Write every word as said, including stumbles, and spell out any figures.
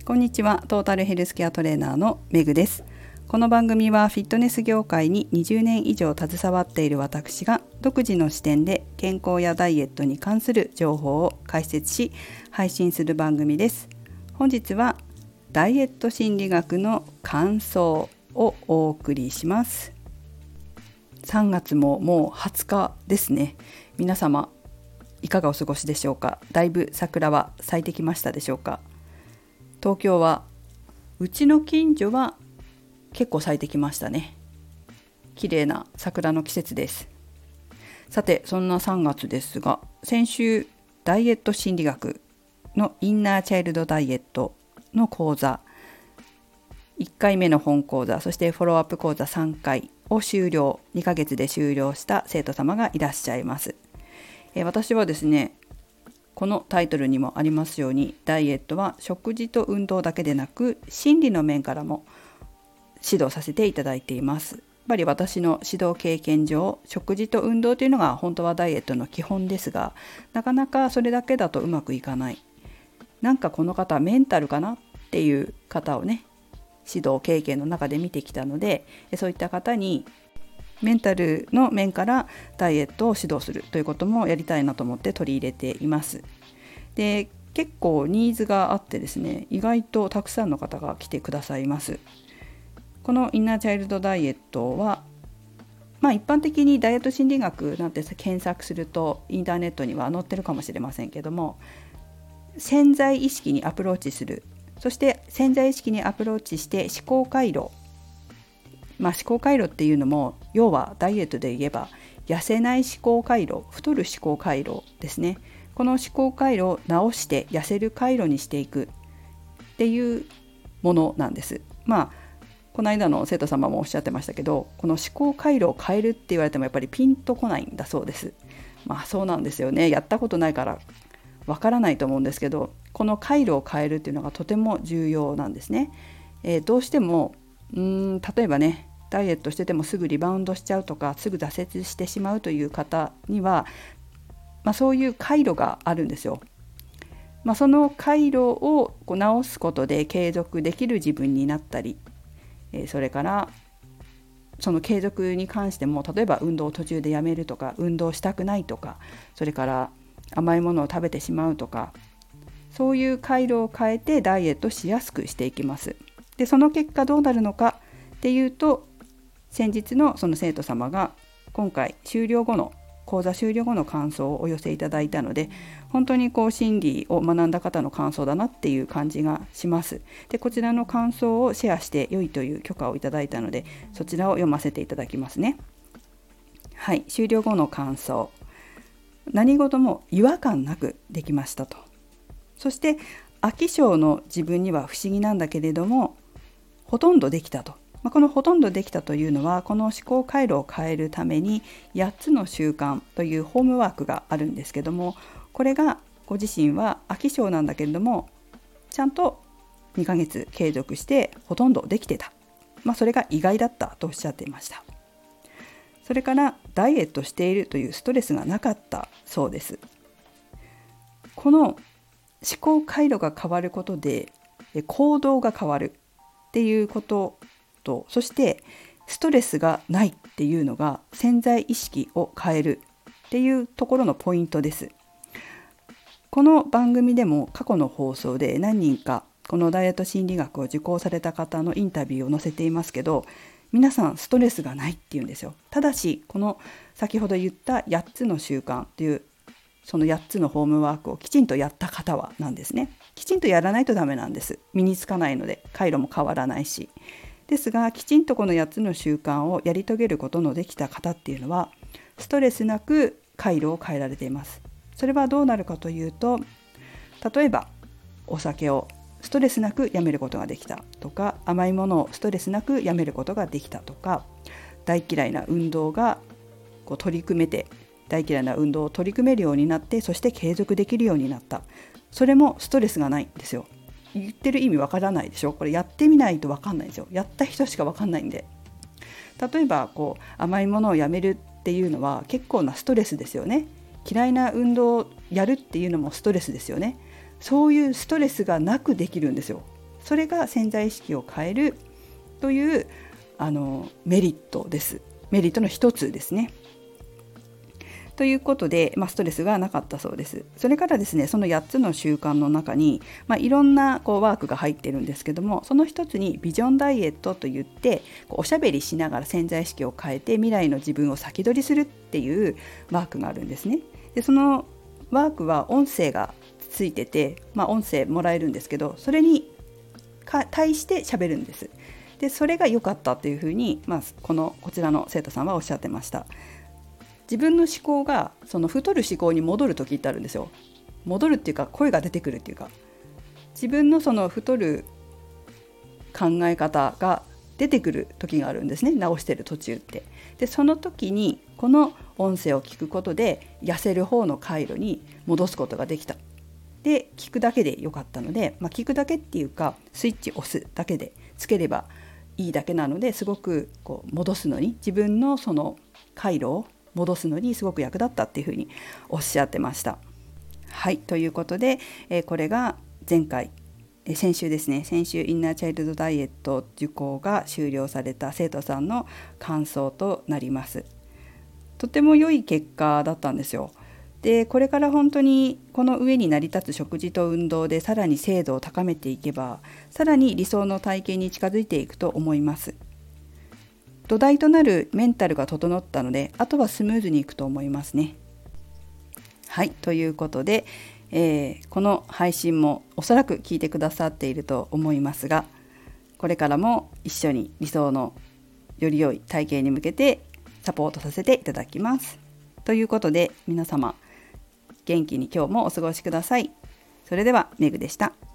こんにちは。トータルヘルスケアトレーナーのメグです。この番組はフィットネス業界ににじゅうねん以上携わっている私が独自の視点で健康やダイエットに関する情報を解説し配信する番組です。本日はダイエット心理学の感想をお送りします。さんがつももうはつかですね。皆様いかがお過ごしでしょうか。だいぶ桜は咲いてきましたでしょうか。東京はうちの近所は結構咲いてきましたね。綺麗な桜の季節です。さて、そんなさんがつですが、先週ダイエット心理学のインナーチャイルドダイエットの講座いっかいめの本講座、そしてフォローアップ講座さんかいを終了、にかげつで終了した生徒様がいらっしゃいます。えー、私はですね、このタイトルにもありますように、ダイエットは食事と運動だけでなく心理の面からも指導させていただいています。やっぱり私の指導経験上、食事と運動というのが本当はダイエットの基本ですが、なかなかそれだけだとうまくいかない。なんかこの方メンタルかなっていう方をね、指導経験の中で見てきたので、そういった方にメンタルの面からダイエットを指導するということもやりたいなと思って取り入れています。で、結構ニーズがあってですね、意外とたくさんの方が来てくださいます。このインナーチャイルドダイエットは、まあ一般的にダイエット心理学なんて検索するとインターネットには載ってるかもしれませんけども、潜在意識にアプローチする、そして潜在意識にアプローチして思考回路、まあ、思考回路っていうのも要はダイエットで言えば痩せない思考回路、太る思考回路ですね。この思考回路を直して痩せる回路にしていくっていうものなんです。まあこの間の生徒様もおっしゃってましたけど、この思考回路を変えるって言われてもやっぱりピンとこないんだそうです。まあそうなんですよね。やったことないからわからないと思うんですけど、この回路を変えるっていうのがとても重要なんですね。えー、どうしてもうーん例えばね、ダイエットしててもすぐリバウンドしちゃうとか、すぐ挫折してしまうという方には、まあ、そういう回路があるんですよ。まあ、その回路をこう直すことで継続できる自分になったり、えー、それからその継続に関しても、例えば運動を途中でやめるとか、運動したくないとか、それから甘いものを食べてしまうとか、そういう回路を変えてダイエットしやすくしていきます。で、その結果どうなるのかっていうと、先日のその生徒様が今回終了後の講座終了後の感想をお寄せいただいたので、本当にこう心理を学んだ方の感想だなっていう感じがします。で、こちらの感想をシェアして良いという許可をいただいたので、そちらを読ませていただきますね。はい、終了後の感想。何事も違和感なくできましたと。そして飽き性の自分には不思議なんだけれども、ほとんどできたと。まあ、このほとんどできたというのは、この思考回路を変えるためにやっつの習慣というホームワークがあるんですけども、これがご自身は飽き性なんだけれども、ちゃんとにかげつ継続してほとんどできてた。まあ、それが意外だったとおっしゃっていました。それからダイエットしているというストレスがなかったそうです。この思考回路が変わることで行動が変わるっていうことと、そしてストレスがないっていうのが潜在意識を変えるっていうところのポイントです。この番組でも過去の放送で何人かこのダイエット心理学を受講された方のインタビューを載せていますけど、皆さんストレスがないっていうんですよ。ただしこの先ほど言ったやっつの習慣っていうそのやっつのホームワークをきちんとやった方はなんですね。きちんとやらないとダメなんです。身につかないので、回路も変わらないし。ですが、きちんとこのやっつの習慣をやり遂げることのできた方っていうのは、ストレスなく回路を変えられています。それはどうなるかというと、例えばお酒をストレスなくやめることができたとか、甘いものをストレスなくやめることができたとか、大嫌いな運動がこう取り組めて大嫌いな運動を取り組めるようになって、そして継続できるようになった。それもストレスがないんですよ。言ってる意味わからないでしょ。これやってみないとわかんないんですよ。やった人しかわかんないんで。例えばこう甘いものをやめるっていうのは結構なストレスですよね。嫌いな運動をやるっていうのもストレスですよね。そういうストレスがなくできるんですよ。 それが潜在意識を変えるというあのメリットです。メリットの一つですね。ということで、まあ、ストレスがなかったそうです。それからですね、そのやっつの習慣の中に、まあ、いろんなこうワークが入ってるんですけども、その一つにビジョンダイエットといって、こうおしゃべりしながら潜在意識を変えて未来の自分を先取りするっていうワークがあるんですね。でそのワークは音声がついてて、まあ、音声もらえるんですけど、それに対してしゃべるんです。でそれが良かったというふうに、まあ、このこちらの生徒さんはおっしゃってました。自分の思考がその太る思考に戻る時ってあるんですよ。戻るっていうか、声が出てくるっていうか、自分のその太る考え方が出てくる時があるんですね、直してる途中って。でその時にこの音声を聞くことで痩せる方の回路に戻すことができた。で聞くだけでよかったので、まあ、聞くだけっていうかスイッチ押すだけでつければいいだけなので、すごくこう戻すのに、自分のその回路を戻すのにすごく役立ったっていうふうにおっしゃってました。はい、ということで、えー、これが前回、えー、先週ですね、先週インナーチャイルドダイエット受講が終了された生徒さんの感想となります。とても良い結果だったんですよ。でこれから本当にこの上に成り立つ食事と運動でさらに精度を高めていけば、さらに理想の体型に近づいていくと思います。土台となるメンタルが整ったので、あとはスムーズにいくと思いますね。はい、ということで、えー、この配信もおそらく聞いてくださっていると思いますが、これからも一緒に理想のより良い体型に向けてサポートさせていただきます。ということで、皆様元気に今日もお過ごしください。それではメグでした。